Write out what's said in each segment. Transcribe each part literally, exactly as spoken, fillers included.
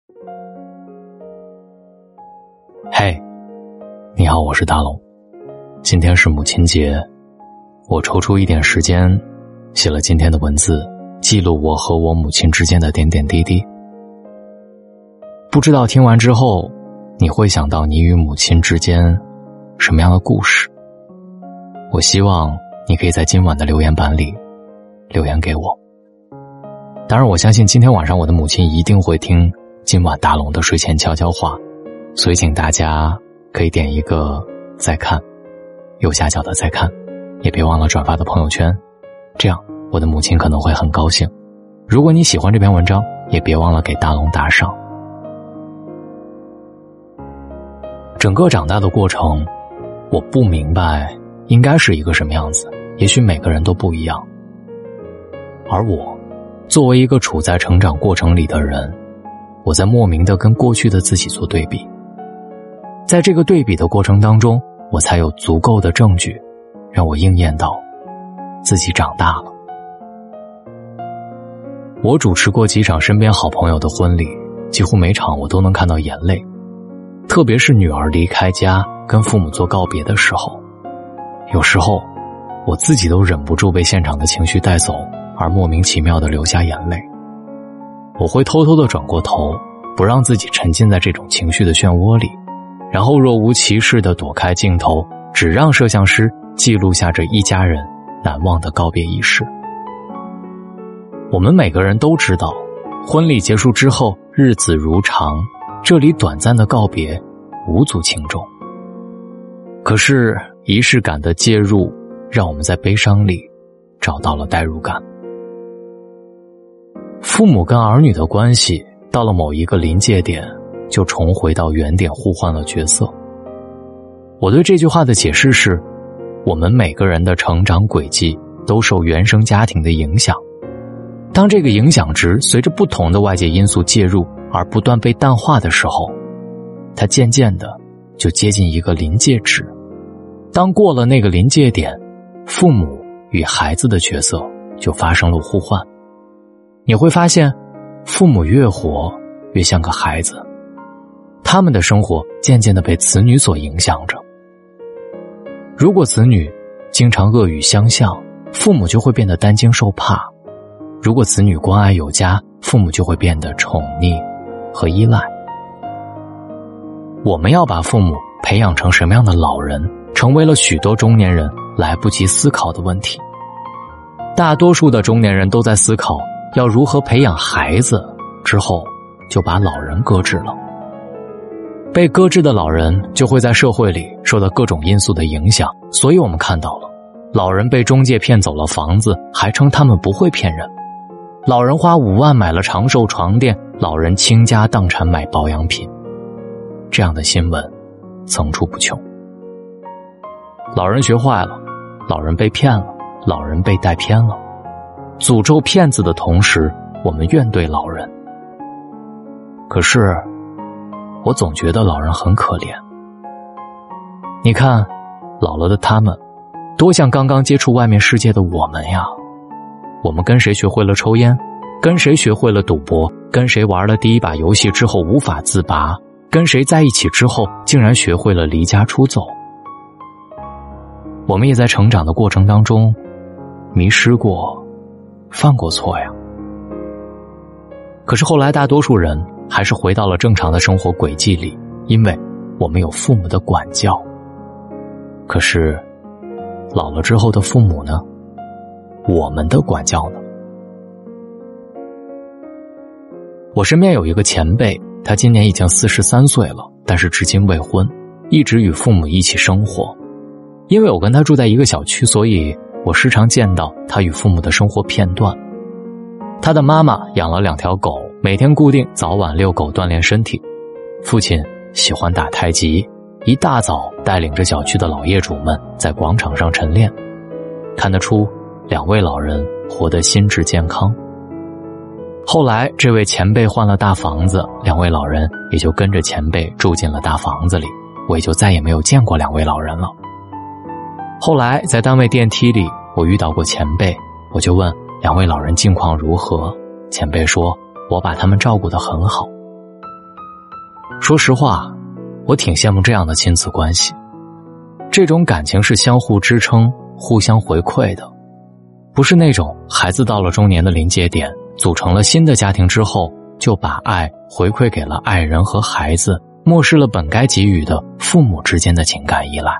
嘿，你好，我是大龙。今天是母亲节，我抽出一点时间写了今天的文字，记录我和我母亲之间的点点滴滴。不知道听完之后你会想到你与母亲之间什么样的故事。我希望你可以在今晚的留言板里留言给我。当然我相信今天晚上我的母亲一定会听今晚大龙的睡前悄悄话，所以请大家可以点一个再看，右下角的再看，也别忘了转发到朋友圈，这样我的母亲可能会很高兴。如果你喜欢这篇文章，也别忘了给大龙打赏。整个长大的过程，我不明白应该是一个什么样子，也许每个人都不一样。而我作为一个处在成长过程里的人，我在莫名地跟过去的自己做对比。在这个对比的过程当中，我才有足够的证据让我应验到自己长大了。我主持过几场身边好朋友的婚礼，几乎每场我都能看到眼泪，特别是女儿离开家跟父母做告别的时候，有时候我自己都忍不住被现场的情绪带走，而莫名其妙地流下眼泪。我会偷偷地转过头，不让自己沉浸在这种情绪的漩涡里，然后若无其事地躲开镜头，只让摄像师记录下这一家人难忘的告别仪式。我们每个人都知道，婚礼结束之后日子如常，这里短暂的告别无足轻重。可是仪式感的介入，让我们在悲伤里找到了代入感。父母跟儿女的关系到了某一个临界点，就重回到原点，互换了角色。我对这句话的解释是，我们每个人的成长轨迹都受原生家庭的影响，当这个影响值随着不同的外界因素介入而不断被淡化的时候，它渐渐的就接近一个临界值。当过了那个临界点，父母与孩子的角色就发生了互换。你会发现，父母越活越像个孩子，他们的生活渐渐地被子女所影响着。如果子女经常恶语相向，父母就会变得担惊受怕；如果子女关爱有加，父母就会变得宠溺和依赖。我们要把父母培养成什么样的老人，成为了许多中年人来不及思考的问题。大多数的中年人都在思考要如何培养孩子，之后就把老人搁置了。被搁置的老人就会在社会里受到各种因素的影响，所以我们看到了老人被中介骗走了房子，还称他们不会骗人；老人花五万买了长寿床垫，老人倾家荡产买保养品。这样的新闻层出不穷。老人学坏了，老人被骗了，老人被带偏了。诅咒骗子的同时，我们怨对老人。可是我总觉得老人很可怜。你看老了的他们多像刚刚接触外面世界的我们呀。我们跟谁学会了抽烟，跟谁学会了赌博，跟谁玩了第一把游戏之后无法自拔，跟谁在一起之后竟然学会了离家出走。我们也在成长的过程当中迷失过，犯过错呀。可是后来大多数人还是回到了正常的生活轨迹里，因为我们有父母的管教。可是老了之后的父母呢？我们的管教呢？我身边有一个前辈，他今年已经四十三岁了，但是至今未婚，一直与父母一起生活。因为我跟他住在一个小区，所以我时常见到他与父母的生活片段。他的妈妈养了两条狗，每天固定早晚遛狗锻炼身体。父亲喜欢打太极，一大早带领着小区的老业主们在广场上晨练。看得出两位老人活得心智健康。后来这位前辈换了大房子，两位老人也就跟着前辈住进了大房子里，我也就再也没有见过两位老人了。后来在单位电梯里，我遇到过前辈，我就问两位老人近况如何，前辈说我把他们照顾得很好。 说实话，我挺羡慕这样的亲子关系。这种感情是相互支撑、互相回馈的，不是那种孩子到了中年的临界点，组成了新的家庭之后，就把爱回馈给了爱人和孩子，漠视了本该给予的父母之间的情感依赖。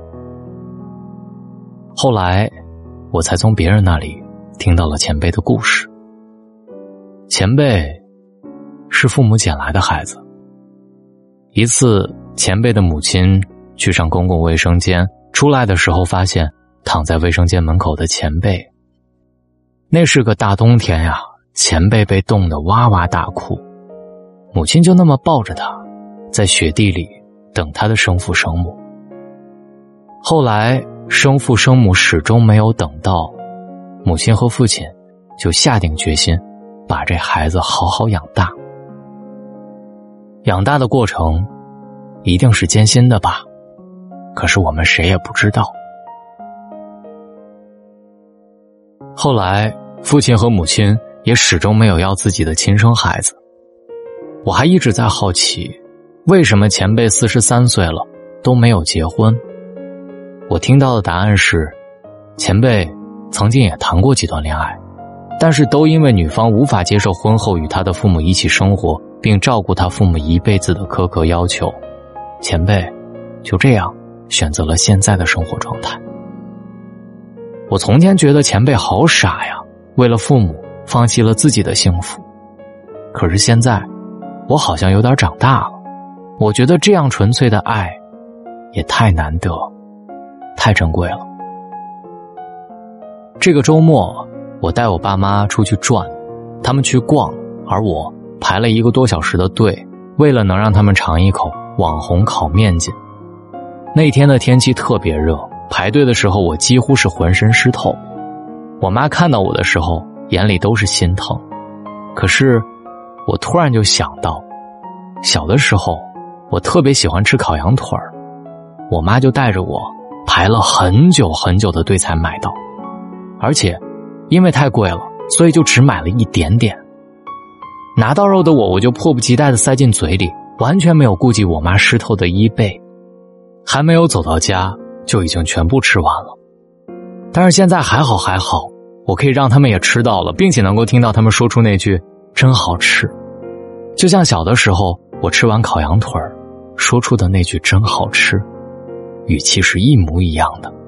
后来，我才从别人那里听到了前辈的故事。前辈是父母捡来的孩子。一次，前辈的母亲去上公共卫生间，出来的时候发现躺在卫生间门口的前辈。那是个大冬天呀，前辈被冻得哇哇大哭，母亲就那么抱着他，在雪地里等他的生父生母。后来生父生母始终没有等到，母亲和父亲就下定决心把这孩子好好养大。养大的过程一定是艰辛的吧，可是我们谁也不知道。后来父亲和母亲也始终没有要自己的亲生孩子。我还一直在好奇，为什么前辈四十三岁了都没有结婚。我听到的答案是，前辈曾经也谈过几段恋爱，但是都因为女方无法接受婚后与他的父母一起生活并照顾他父母一辈子的苛刻要求，前辈就这样选择了现在的生活状态。我从前觉得前辈好傻呀，为了父母放弃了自己的幸福。可是现在我好像有点长大了，我觉得这样纯粹的爱也太难得，太珍贵了。这个周末我带我爸妈出去转，他们去逛，而我排了一个多小时的队，为了能让他们尝一口网红烤面筋。那天的天气特别热，排队的时候我几乎是浑身湿透。我妈看到我的时候眼里都是心疼。可是我突然就想到，小的时候我特别喜欢吃烤羊腿儿，我妈就带着我排了很久很久的队才买到，而且因为太贵了，所以就只买了一点点。拿到肉的我我就迫不及待地塞进嘴里，完全没有顾及我妈湿透的衣背。还没有走到家就已经全部吃完了。但是现在还好还好，我可以让他们也吃到了，并且能够听到他们说出那句真好吃。就像小的时候我吃完烤羊腿说出的那句真好吃，语气是一模一样的。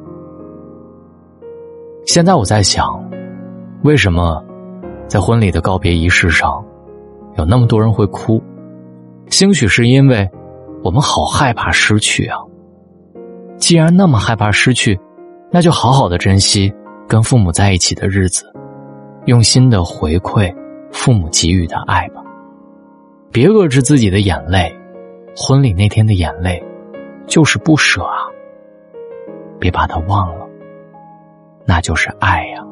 现在我在想，为什么在婚礼的告别仪式上有那么多人会哭？兴许是因为我们好害怕失去啊。既然那么害怕失去，那就好好的珍惜跟父母在一起的日子，用心的回馈父母给予的爱吧。别遏制自己的眼泪，婚礼那天的眼泪就是不舍啊，别把它忘了，那就是爱呀。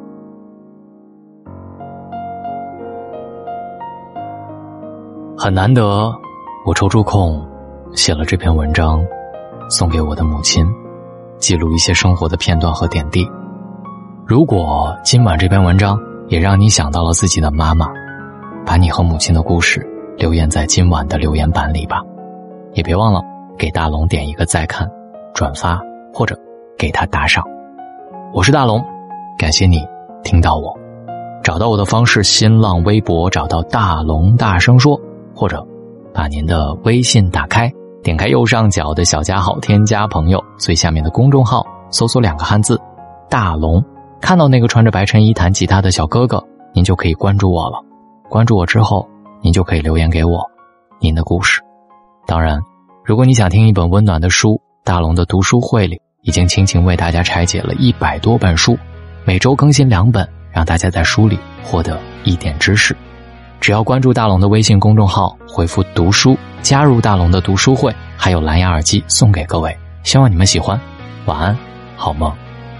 很难得我抽出空写了这篇文章，送给我的母亲，记录一些生活的片段和点滴。如果今晚这篇文章也让你想到了自己的妈妈，把你和母亲的故事留言在今晚的留言板里吧。也别忘了给大龙点一个再看、转发或者给他打赏。我是大龙，感谢你听到我。找到我的方式，新浪微博找到大龙大声说，或者把您的微信打开，点开右上角的小加号，添加朋友，最下面的公众号搜索两个汉字大龙，看到那个穿着白衬衣弹吉他的小哥哥，您就可以关注我了。关注我之后，您就可以留言给我您的故事。当然，如果你想听一本温暖的书，大龙的读书会里已经倾情为大家拆解了一百多本书，每周更新两本，让大家在书里获得一点知识。只要关注大龙的微信公众号，回复读书，加入大龙的读书会，还有蓝牙耳机送给各位，希望你们喜欢。晚安，好梦。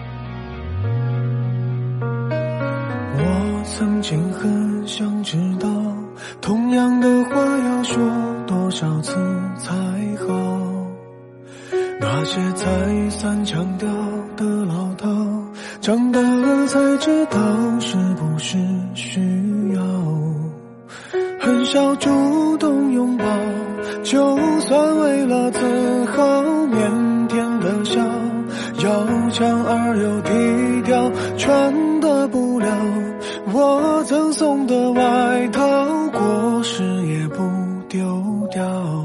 我曾经很想知道，同样的话要说多少次才好，那些再三强调的唠叨，长大了才知道是不是需要。很很少主动拥抱，就算为了自豪，腼腆的笑，要强而又低调，穿得不了我赠送的外套，过时也不丢掉。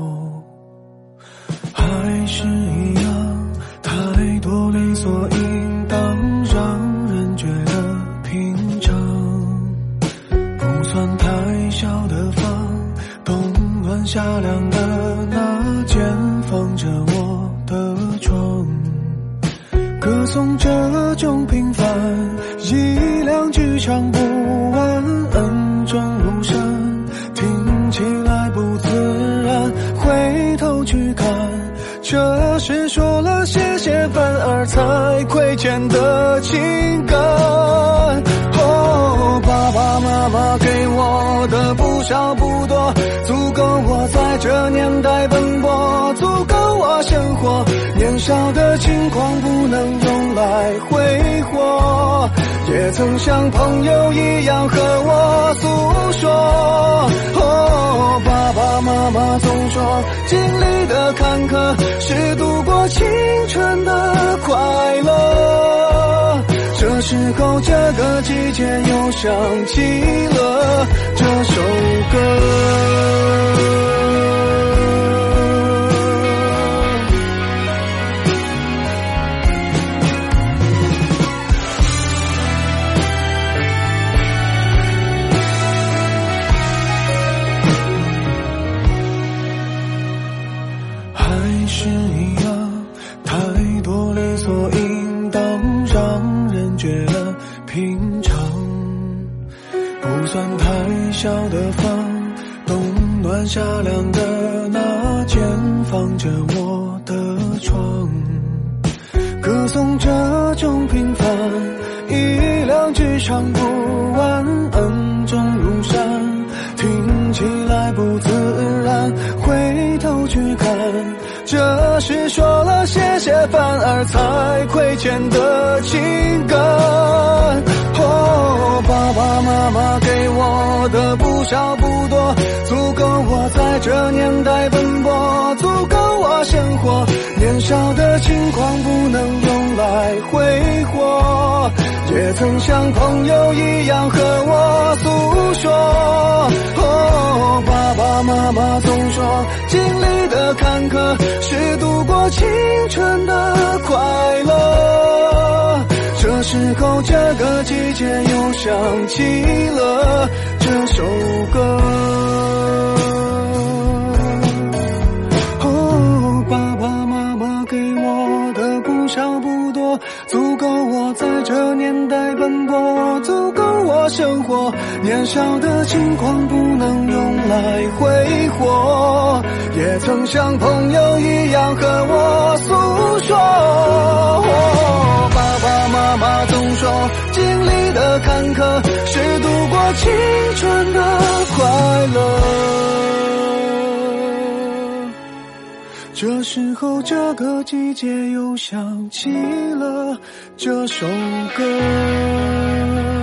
还是一样，太多理所应当，让人觉得平常。不算太小的房，冬暖夏凉的那间放着我的床，歌颂这种平凡，一两句唱不完，恩重如山，听起来不自然，回头去看，这是说了谢谢反而才亏欠的情感。哦，爸爸妈妈给我的不少不多，足够我在这年代奔波，足够我生活，年少的轻狂不能用来挥霍，也曾像朋友一样和我诉说。哦，爸爸妈妈总说经历的坎坷是度过青春的快乐，这时候这个季节又想起了这首歌。还是一样，太多理所应当，让人觉得平常。不算太小的房，冬暖夏凉的那间放着我的床，歌颂这种平凡，一两句唱不完，恩重如山，听起来不自然，回头去看，这是说了谢谢反而才亏欠的情感。哦，爸爸妈妈给我的不少不多，足够我在这年代奔波，足够我生活，年少的轻狂不能用来挥霍，也曾像朋友一样和我诉说。哦，爸爸妈妈总说经历的坎坷是度过青春的快乐，这时候这个季节又想起了这首歌。哦，爸爸妈妈给我的不少不多，足够我在这年代奔波，足够我生活，年少的轻狂不能用来挥霍，也曾像朋友一样和我诉说。哦，爸爸妈妈总说经历的坎坷是度过青春的快乐，这时候这个季节又想起了这首歌。